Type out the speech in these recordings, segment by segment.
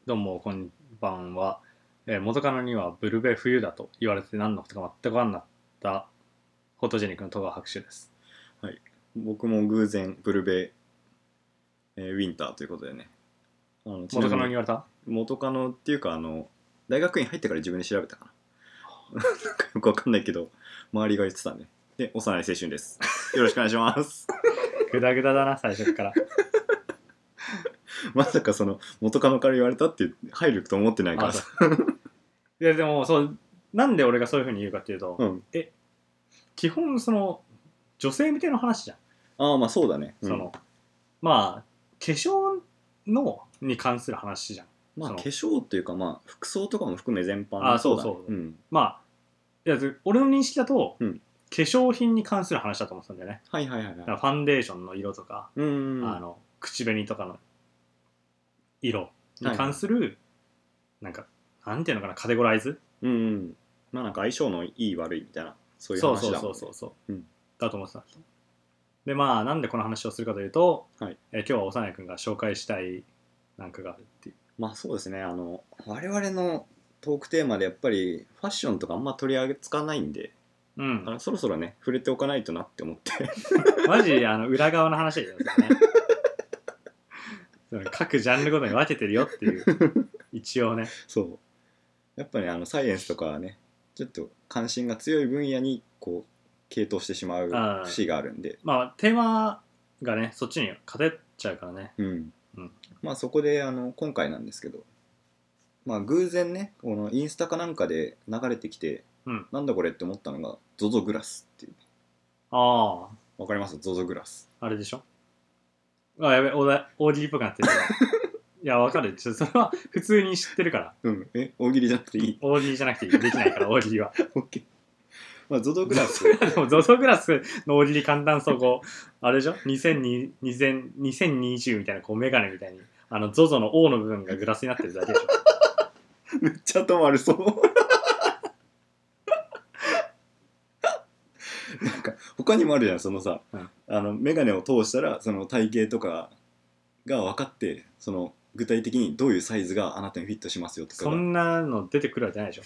どうもこんばんは、元カノにはブルベ冬だと言われて何のことか全く分かんなかったフォトジェニックの戸川博士です。 はい、僕も偶然ブルベ、ウィンターということでね。ちな元カみにノに言われた？ 元カノっていうか大学院入ってから自分で調べたかな。なんかよくわかんないけど周りが言ってたね。で、幼い青春です。よろしくお願いします。 グダグダだな最初から。 まさかその元カノから言われたって入ると思ってないかあそらさ。 ういやでもそうなんで俺がそういうふうに言うかっていうと、 うん。 基本その女性向けの話じゃん。 ああ、まあそうだね。うん。 そのまあ化粧のに関する話じゃん。 まあ化その粧っていうか、まあ服装とかも含め全般そうだね。 そうそう、 うん。 まあいや俺の認識だと、 うん。 化粧品に関する話だと思ってたんだよね。 はいはいはいはい。 だからファンデーションの色とか、 うん。 口紅とかの色にはいはい。 関する、なんか、なんていうのかな、カテゴライズ。 うん。まあなんか相性のいい悪いみたいな、そういうそうそう話だもんね。 そうそうそう。 うん。 だと思ってた。で、まあ、なんでこの話をするかというと、 はい。 今日は幼い君が紹介したいなんかがあるっていう。 まあそうですね。我々のトークテーマでやっぱりファッションとかあんま取り扱わないんで、 うん。 そろそろね、触れておかないとなって思って。 マジ、裏側の話だよね。その各ジャンルごとに分けてるよっていう、一応ね。 そう。やっぱりサイエンスとかはね、ちょっと関心が強い分野にこう、傾倒してしまうあ節があるんで、 まあ、テーマがね、そっちに偏っちゃうからね。 うん。 うん。 まあそこで今回なんですけど、まあ偶然ね、このインスタかなんかで流れてきて、 うん。 なんだこれって思ったのが ZOZO グラスっていう。 ああ、 わかります？ ZOZO グラス。 あれでしょ。やべ、大喜利っぽくなってるけど。いや、わかる。それは普通に知ってるから。 うん。大喜利じゃなくていい？ 大喜利じゃなくていい。できないから、大喜利は。 OK。まあ ZOZO グラス。 でも、ゾゾグラスの大喜利簡単そう、こう、あれでしょ？ 2020みたいな、こう、メガネみたいに、ゾゾの O の部分がグラスになってるだけでしょ。 めっちゃ頭悪そう。なんか他にもあるじゃん、そのさ、 うん。 メガネを通したらその体型とかが分かって、その具体的にどういうサイズがあなたにフィットしますよとかが、 そんなの出てくるわけじゃないでしょ。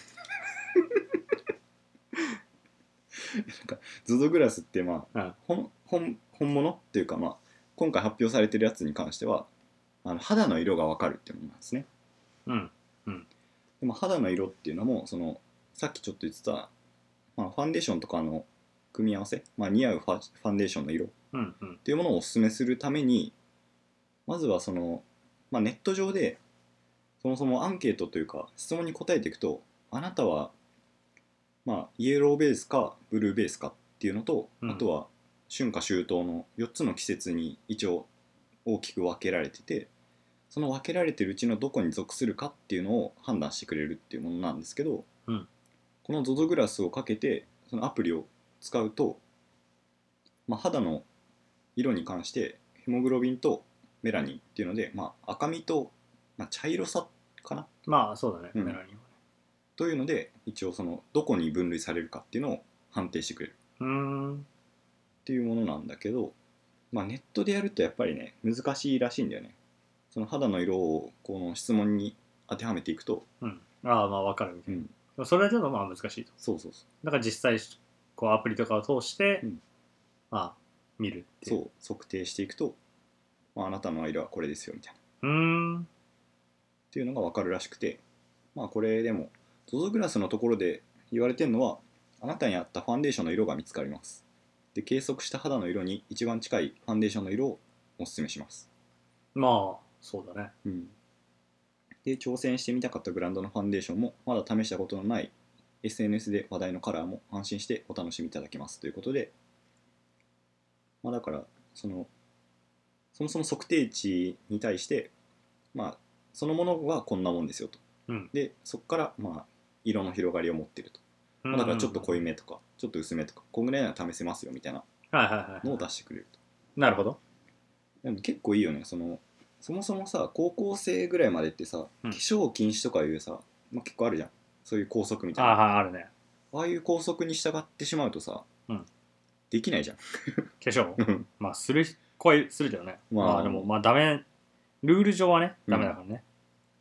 なんか ZOZO グラスってまあうん。 本物っていうか、まあ今回発表されてるやつに関しては肌の色が分かるっていうものなんですね。 うん。うん。 でも肌の色っていうのもそのさっきちょっと言ってた、まあ、ファンデーションとかの組み合わせ、まあ、似合うファンデーションの色っうん。うん。 ていうものをお勧めするために、まずはその、まあ、ネット上でそもそもアンケートというか質問に答えていくと、あなたはまあイエローベースかブルーベースかっていうのと、 うん。 あとは春夏秋冬の4つの季節に一応大きく分けられてて、その分けられてるうちのどこに属するかっていうのを判断してくれるっていうものなんですけど、 うん。 この ZOZO グラスをかけてそのアプリを使うと、まあ、肌の色に関してヘモグロビンとメラニンっていうので、まあ、赤みと、まあ、茶色さかな、 まあ、そうだね、 うん、 メラニンはね。 というので一応そのどこに分類されるかっていうのを判定してくれるうーん。 っていうものなんだけど、まあ、ネットでやるとやっぱりね難しいらしいんだよね。その肌の色をこの質問に当てはめていくと、 うん。ああ、まあ、わかるみたいな。 うん、 でもそれだけだと、まあ、難しいと。 そうそうそだから実際、こう、アプリとかを通して、 う、うん、 まあ、見るっていう。 そう測定していくと、まあ、あなたの色はこれですよみたいなっうーん。 ていうのが分かるらしくて、まあこれでも ZOZO グラスのところで言われてるのは、あなたに合ったファンデーションの色が見つかります。で、計測した肌の色に一番近いファンデーションの色をお勧めします。 まあ、そうだね。 うん。で、挑戦してみたかったブランドのファンデーションも、まだ試したことのない SNS で話題のカラーも安心してお楽しみいただけますということで、まあだから、そもそも測定値に対して、まあ、そのものはこんなもんですよと。 うん。 で、そこからまあ色の広がりを持ってると。 うん。 だからちょっとうん。 濃いめとかちょっと薄めとかこんぐらいなら試せますよみたいなはいはいはいのをは出してくれると。 い。なるほど。 でも結構いいよね。そもそもさ、高校生ぐらいまでってさ、化うん。 粧禁止とかいうさ、まあ、結構あるじゃん、そういう校則みたああ、 いな。 はい、あるね。 ああいう校則に従ってしまうとさ、 うん。 できないじゃん。 化粧まあ、するけどね。まあ、でも、 まあまあ、ダメ。ルール上はね、ダメだうん、 からね。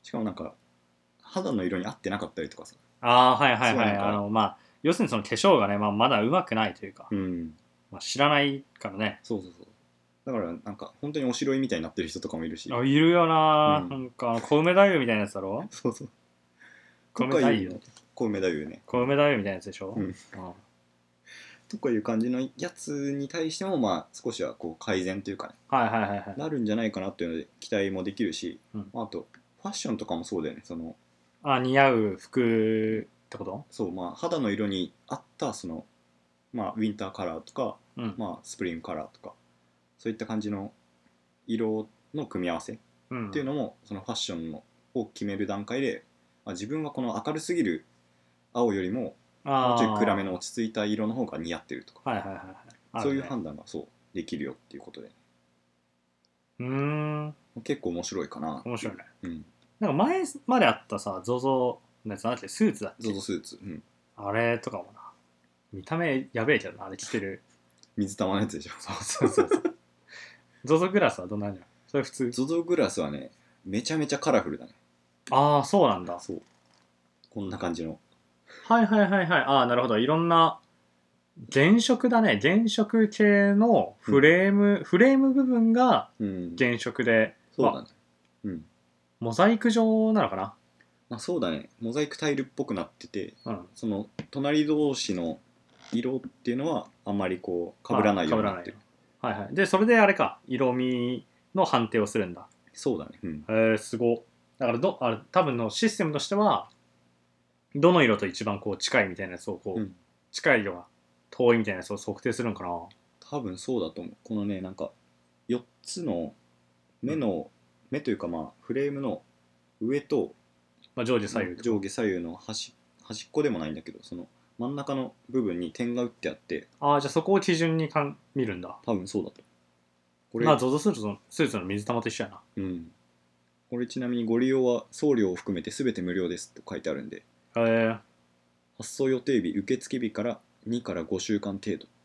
しかもなんか肌の色に合ってなかったりとかさ。 ああ、はいはいはい。 すごいなんかまあ、要するにその化粧がね、まあ、まだ上手くないというか、 うんまあ、知らないからね。 そうそうそう。だからなんか本当におしろいみたいになってる人とかもいるし。 あ、いるよな、 うんなんか、小梅太夫みたいなやつだろ。 そうそう。 小とかいう梅太夫。 小梅太夫ね。 小梅太夫みたいなやつでしょ。 うんとかいう感じのやつに対してもまあ少しはこう改善というかねはいはいはいはい。 なるんじゃないかなっていうので期待もできるし、 うんあとファッションとかもそうだよね。 あ、似合う服ってことそうまあ肌の色に合ったまあウィンターカラーとか、 うん。 まあスプリングカラーとかそういった感じの色の組み合わせっうん。 ていうのもそのファッションのを決める段階で、自分はこの明るすぎる青よりももうちょい暗めの落ち着いた色の方が似合ってるとか、 はいはいはいはい。あそういうるね。 判断がそうできるよっていうことでうーん。 結構面白いかなっていう。 面白いね。 うんなんか前まであったさ、ZOZO のやつなんだっけ、スーツだっけ。 ゾゾスーツ、うん、 あれとかもな。見た目やべえけどな、あれ着てる。 水玉のやつでしょ。 そうそうそうそう。ZOZO グラスはどんなんじゃん。それ普通。 ゾゾグラスはねめちゃめちゃカラフルだね。 ああ、そうなんだ。 そうこんな感じのはいはいはいはい。ああ、なるほど。いろんな原色だね。原色系のフレーム部分がうん原色で、 そうだねうんモザイク状なのかな。 まあそうだねモザイクタイルっぽくなっててうん。 その隣同士の色っていうのはあんまりこう被らないようになってる。 はいはい。で、それであれか、色味の判定をするんだ。 そうだねうんすご。だからあれ、多分のシステムとしては、どの色と一番こう近いみたいなやつをうん近い色が遠いみたいなやつを測定するのかな。 多分そうだと思う。このねなんか4つの目というかまあフレームの上とまあ、上下左右とか。 上下左右の端っこでもないんだけどその真ん中の部分に点が打ってあってああ、じゃあそこを基準に見るんだ。 多分そうだと。これ、 まあ、ZOZO スーツの水玉と一緒やな。 うんこれちなみにご利用は送料を含めて全て無料ですと書いてあるんで発送予定日受付日から2から5週間程度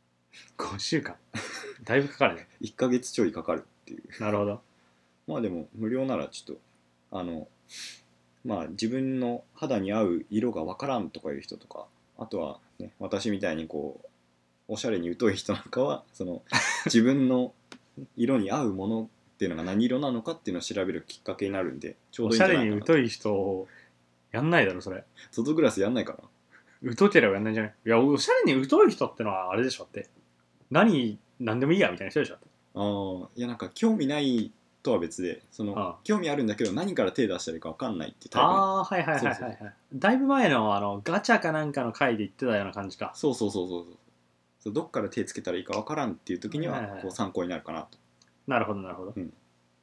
5週間。だいぶかかるね。 1ヶ月ちょいかかるっていうなるほど。 まあでも無料ならちょっとまあ自分の肌に合う色がわからんとかいう人とかあとはね私みたいにこうおしゃれに疎い人なんかは自分の色に合うものっていうのが何色なのかっていうのを調べるきっかけになるんでちょうどいいんおしゃじゃないかなと。 れに疎い人、やんないだろ、それ。 ゾゾグラスやんないかな。 疎ければやんないんじゃない。いや、おしゃれに疎い人ってのはあれでしょって。何でもいいやみたいな人でしょって。 ああいやなんか興味ないとは別で興味あるんだけど何から手出したらいいか分かんないっていうタイプのああー、はいはいはいはいそうはい。だいぶ前のガチャかなんかの回で言ってたような感じか。 そうそうそうそうそうどっから手つけたらいいか分からんっていう時にははいはいはいこう参考になるかなと。 なるほどなるほど。 うん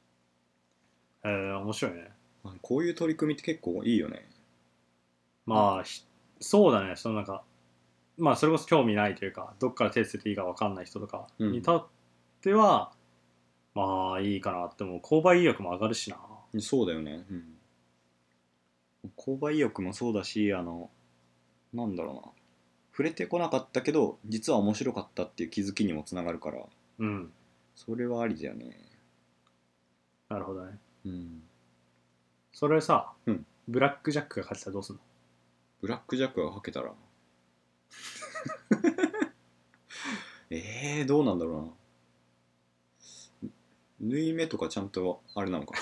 面白いね。 こういう取り組みって結構いいよね。 まあ、そうだね。そのなんか、まあそれこそ興味ないというか、どっから手つけていいか分かんない人とかにとっては、まあいいかなって思う。購買意欲も上がるしな。 そうだよね、購買意欲もそうだしなんだろうな触れてこなかったけど実は面白かったっていう気づきにもつながるからうん。 それはありだよね。 なるほどね。 うんそれさ、 うんブラックジャックが勝ってたらどうすんの？ ブラックジャックがかけたらどうなんだろうな。縫い目とかちゃんとあれなのか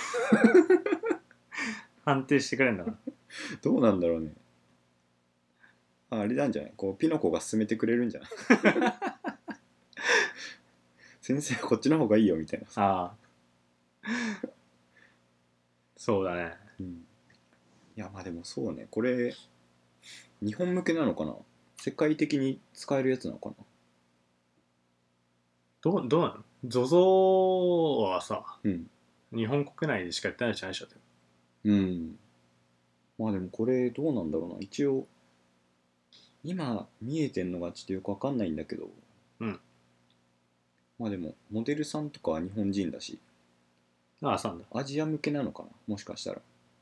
判定してくれんだな。 どうなんだろうね。あれなんじゃないこうピノコが勧めてくれるんじゃない先生こっちの方がいいよみたいなさ、 ああ。そうだね。 いやまあでもそうねこれ日本向けなのかな世界的に使えるやつなのかな。 どうなの？ ZOZO はさ、 うん日本国内でしかやってないじゃないでしょって。 まあでもこれどうなんだろうな一応今見えてんのがちょっとよくわかんないんだけどまあでもモデルさんとかは日本人だしああ、そうなんだ。 アジア向けなのかなもしかしたら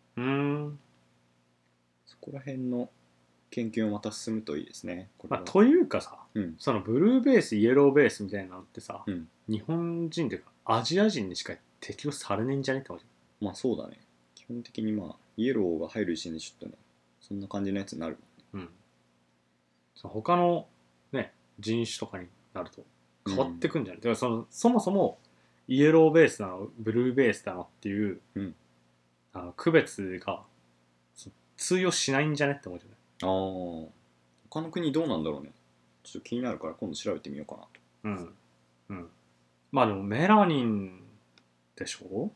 そこら辺の研究もまた進むといいですねこれは。 というかさ、 うんそのブルーベース、イエローベースみたいなのってさ、 うん日本人というかアジア人にしか適用されねえんじゃねって思う。 まあそうだね基基本的にまあイエローが入る時点でちょっとねそんな感じのやつになる。 その他のね人種とかになると変わってくんじゃない、だからそもそもイエローベースなのブルーベースなのっていう、区別が通用しないんじゃねって思うじゃない。 他の国どうなんだろうね。ちょっと気になるから今度調べてみようかなと。 まあでもメラニンでしょ。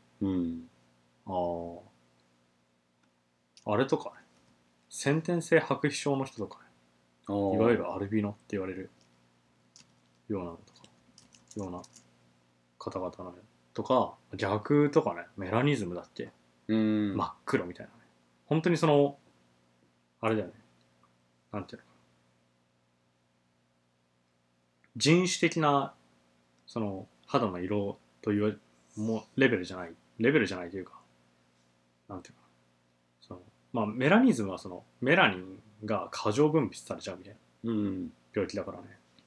あれとかね、先天性白皮症の人とかね、いわゆるアルビノって言われるようなのとかような方々のとか、逆とかね、メラニズムだっけ、真っ黒みたいなね、本当にあれだよね、なんていうのか、人種的な肌の色というレベルじゃないというか、なんていうかな、まあメラニズムはメラニンが過剰分泌されちゃうみたいな病気だからね。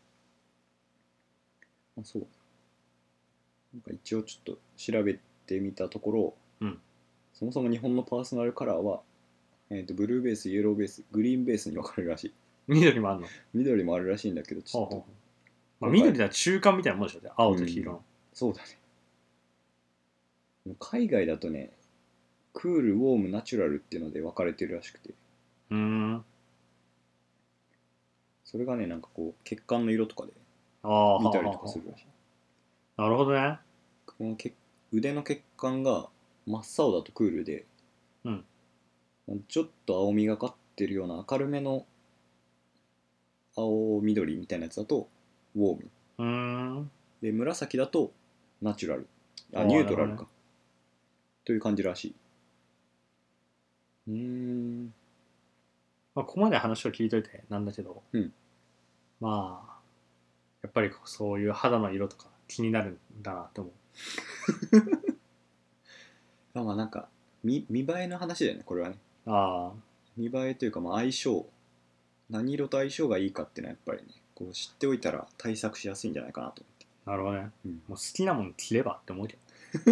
そうなんか一応ちょっと調べてみたところ、そもそも日本のパーソナルカラーは、ブルーベース、イエローベース、グリーンベースに分かれるらしい。 緑もあるの？ 緑もあるらしいんだけど、ちょっとまあ、緑は中間みたいなもんでしょ、青と黄色の。 そうだね。海外だとね、クール、ウォーム、ナチュラルっていうので分かれてるらしくて、それがね、なんかこう血管の色とかで見たりとかするらしい。 なるほどね。 この腕の血管が真っ青だとクールで、ちょっと青みがかってるような明るめの青緑みたいなやつだとウォームで、紫だとナチュラル、ニュートラルか、という感じらしい。 まあ、ここまで話を聞いといてなんだけど、まあやっぱりそういう肌の色とか気になるんだなって思う。まあなんか見栄えの話だよね、これはね。見栄えというか、まあ相性、何色と相性がいいかっていうのはやっぱりね、こう知っておいたら対策しやすいんじゃないかなと思って。 なるほどね。もう好きなもん着ればって思うけど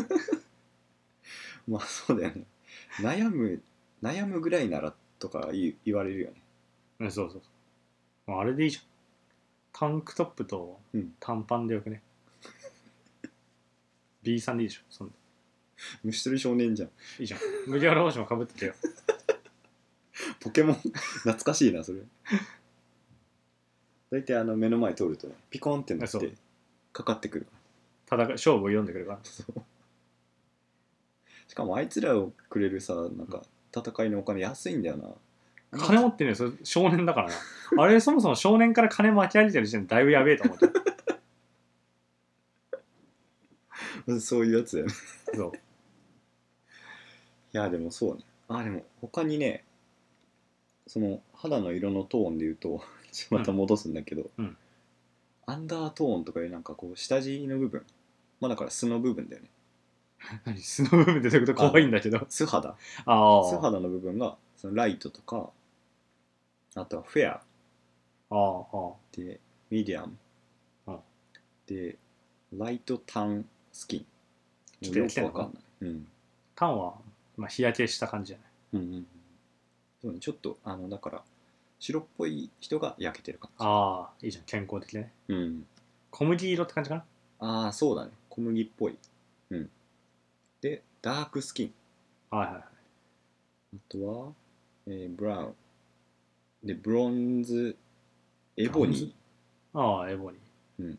まあそうだよね。悩むぐらいならとか言われるよね。 そう。もうあれでいいじゃん。タンクトップと短パンでよくね。B さんでいいでしょ、そんな。 虫取り少年じゃん。 いいじゃん。麦わら帽子もかぶっててよ。 ポケモン懐かしいなそれ。大体目の前通るとね、ピコンってなってかかってくる。 勝負を読んでくるから。 しかもあいつらをくれるさ、なんか戦いのお金安いんだよな。 金持ってるのよ、少年だからな。あれそもそも少年から金巻き上げてる時点でだいぶやべえと思う。そういうやつだよね。 そう。 いやでもそうね。でも他にね、その肌の色のトーンで言うとまた戻すんだけど、アンダートーンとかいうなんかこう下地の部分、まあだから素の部分だよね。 何素の部分でどういうこと？怖いんだけど。 素肌の部分がそのライトとか、あとはフェアでミディアムでライトタンスキン。 ちょっとやってんのか。タンは、まあ、日焼けした感じじゃない。 そうね、ちょっとだから白っぽい人が焼けてる感じ。いいじゃん、健康的でね。小麦色って感じかな。そうだね、小麦っぽい。でダークスキン。あとは、ブラウンでブロンズ、エボニー。エボニー。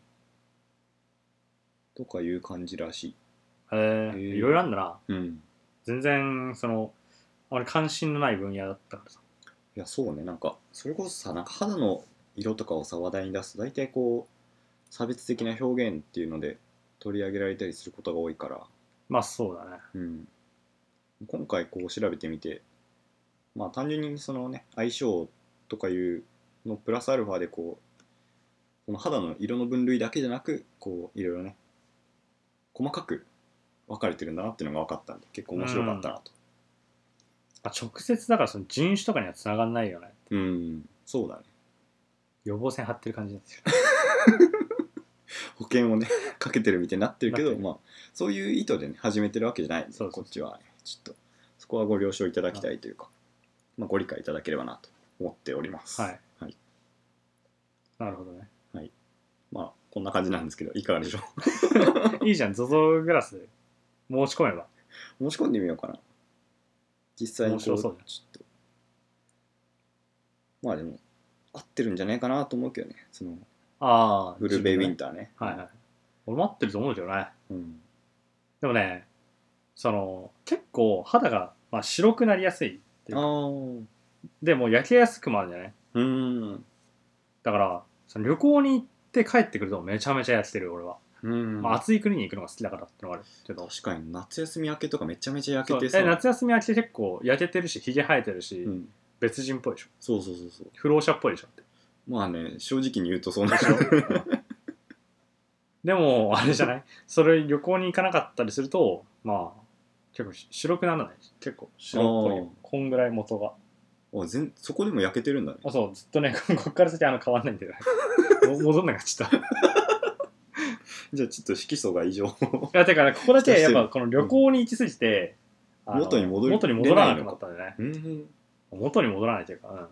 とかいう感じらしい。 いろいろあるんだな。全然あれ関心のない分野だったからさ。 いやそうね、なんかそれこそさ、なんか肌の色とかをさ話題に出すと大体こう差別的な表現っていうので取り上げられたりすることが多いから。 まあそうだね。 今回こう調べてみて、まあ単純にそのね相性とかいうのプラスアルファでこうその肌の色の分類だけじゃなく、こういろいろね細かく分かれてるんだなっていうのが分かったんで、結構面白かったなと。 直接だからその人種とかにはつながんないよね。 そうだね。 予防線張ってる感じなんですよ。 保険をねかけてるみたいになってるけど、まあそういう意図でね始めてるわけじゃないんで、こっちはちょっとそこはご了承いただきたいというか、まあ、ご理解いただければなと思っております。 はい。 はい。 なるほどね。 まあこんな感じなんですけど、いかがでしょいいじゃん、ZOZO グラス申し込めば。 う。申し込んでみようかな。実際に面白そうじゃん。 ちょっとまあでも合ってるんじゃないかなと思うけどね、そのああ、 ブルーベイウィンタターね。 ー。はいはい。俺待ってると思うけどね。 うん。 でもね、結構肌が、まあ、白くなりやすいっていうあか。 あ。 でも焼けやすくもあるんじゃない？だから、旅行に行って帰ってくるとめちゃめちゃ焼けてる俺は。まあ、暑い国に行くのが好きだからってのがあるけど。 確かに夏休み明けとかめちゃめちゃ焼そうけてさ。 夏休み明け結構焼けてるし、ひげ生えてるし、 うん。 別人っぽいでしょ。 そうそうそうそう。 不老者っぽいでしょって。 まあね、正直に言うとそうなでしょでも、あれじゃないそれ旅行に行かなかったりすると、まあ、結構白くならない。結構白っぽいよ。こんぐらい元が。 そこでも焼けてるんだね。 あ、そう、ずっとね、こっから先変わんないんだよね。戻んなくなっちゃった。いじゃあちょっと色素が異常。 や、てかね、ここだけやっぱこの旅行に行き過ぎて、 元に戻らなくなったんだよね。 うん元に戻らないというか、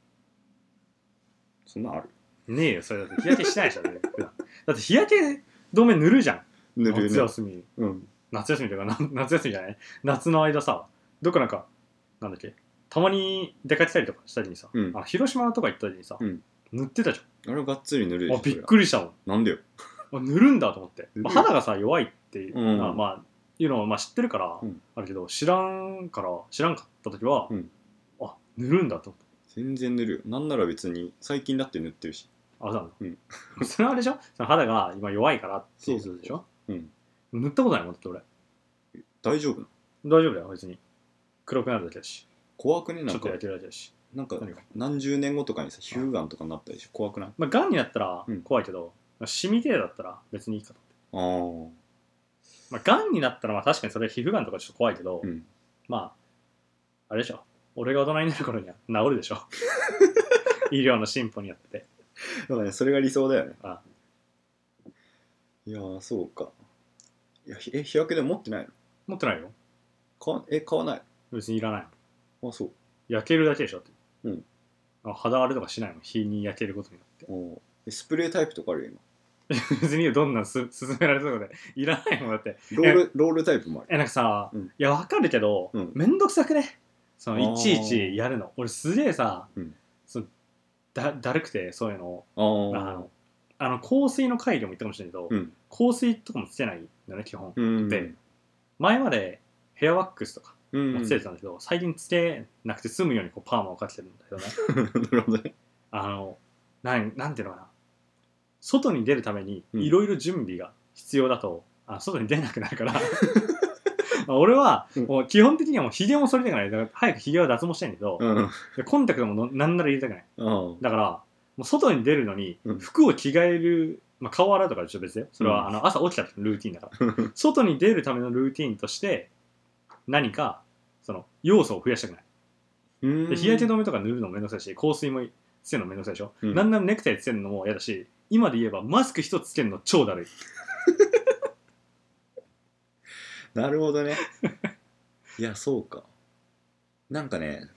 そんなんある？ ねえよ、それだって日焼けしないでしょ、普段だって日焼け止め塗るじゃん。 塗るね。 夏休み。夏休みというか、夏休みじゃない、夏の間さ、どっかなんだっけ、たまに出かけたりとかした時にさ、広島とか行った時にさ、塗ってたじゃん。 あれがっつり塗るでしょ。 びっくりしたもん。 なんでよ。 塗るんだと思って。肌がさ、弱いっていうのうんは、いうのを知ってるから、あるけど、知らんかった時は、あ、塗るんだと思って。 全然塗るよ。なんなら別に最近だって塗ってるし。 あ、そうなんだ。それはあれでしょ、肌が今弱いからっていうことでしょ。塗ったことないもんだって俺。 大丈夫な大丈夫だよ、別に。黒くなるだけだし。 怖くね？なんかちょっと焼けるだけだし。 なんか何十年後とかにさ、皮膚がんとかになったでしょ。怖くない？ まあ、がんになったら怖いけど、シミ程度だったら別にいいかと思って。まあ、がんになったらまあ確かにそれ皮膚がんとかちょっと怖いけど、まあ、あれでしょ。俺が大人になる頃には治るでしょ。医療の進歩によって。 だからね、それが理想だよね。 あいやー、そうか。いや、日焼けで持ってないの？ 持ってないよ。 買わない？ 別にいらないあ、そう。 焼けるだけでしょって。肌荒れとかしないもん、日に焼けることによって。 スプレータイプとかあるよ別にどんな勧められたことでいらないもんだって。 今。ロールタイプもある。 なんかさ、いやわかるけど、めんどくさくね、いちいちやるの。俺すげえさ、だるくて、そういうの。香水の回でも言ったかもしれないけど、香水とかもつけないんだね、基本。で、前までヘアワックスとかもつけてたんだけど、最近つけなくて済むようにパーマをかけてるんだけどね。 なるほどね。 なんていうのかな。外に出るためにいろいろ準備が必要だと、外に出なくなるから俺はもう基本的にはもうひげも剃りたくない。だから早くひげは脱毛したいんだけど、コンタクトもなんなら入れたくない。だからもう外に出るのに服を着替える、顔洗うとかでしょ別だよ。それは朝起きた時のルーティンだから外に出るためのルーティンとして何かその要素を増やしたくない。で日焼け止めとか塗るのもめんどくさいし、香水もつけるのめんどくさいでしょ。なんならネクタイつけるのも嫌だし、今で言えばマスク一つつけるの超だるい。 なるほどね。いや、そうか。なんかね、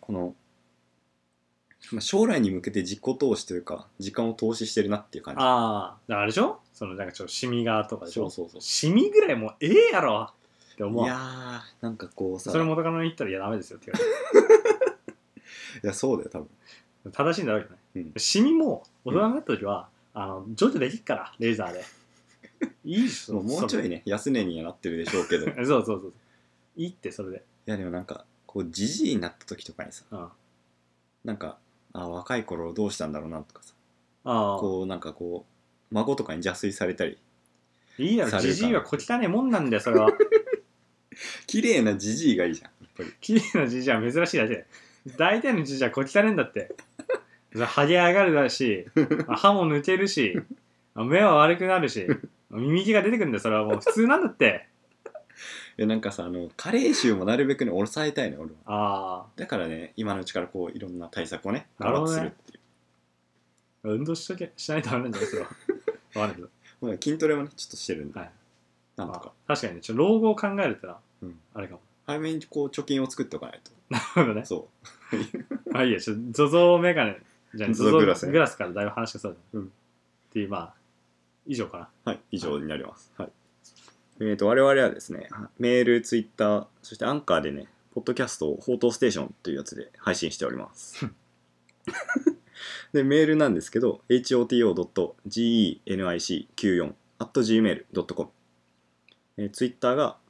将来に向けて自己投資というか時間を投資してるなっていう感じ。 ああれでしょ、なんかちょっとシミがとかでしょ。 そうシミぐらいもうええやろって思う。 いやー、なんかこうさ、 それ元カノに言ったらいやダメですよって言われる。 いや、そうだよ多分。 正しいんだろうけどね。シミも大人になった時は除去できっからレーザーで。いいっすよ。 もうちょいね、安値にはなってるでしょうけど。 そういいってそれで。 いやでもなんかこうじじいになった時とかにさ、なんか若い頃どうしたんだろうなとかさ、こうなんかこう孫とかに邪推されたり。 いいだろ、じじいは小汚いもんなんだよそれは。 綺麗なじじいがいいじゃんやっぱり。 綺麗なじじいは珍しいだけで、大体のじじいは小汚いんだって。ハゲ上がるだし、歯も抜けるし、目は悪くなるし、耳毛が出てくるんだよ。それはもう普通なんだって。 いやなんかさ、加齢臭もなるべくね抑えたいの俺は。 だからね、今のうちからこういろんな対策をね頑張ってするっていう。 運動しないとダメなんじゃないですか。わかんないけど。 筋トレもねちょっとしてるんで、なんとか。 確かにね、老後を考えるってのはあれかも。 早めにこう貯金を作っておかないと。 なるほどね。 そあ、いいや、ZOZO メガネじゃあ ZOZO グラスねグラスからだいぶ話がそうだ、 うんっていう、まあ、以上かな。 う。はい、以上になります。はい。我々はですね、メール、ツイッター、そしてアンカーでね、ポッドキャストをフォートステーションというやつで配信しております。で、メールなんですけど、hoto.genic94@gmail.com。ツイッターが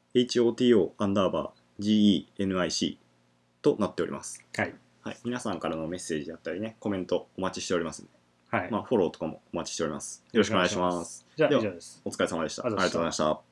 hoto_genic となっております。 はい。 はい。皆さんからのメッセージだったりね、コメントお待ちしておりますので、 はい。 まあ、フォローとかもお待ちしております。よろしくお願いします。 じゃあ、 では以上です。 お疲れ様でした。ありがとうございました。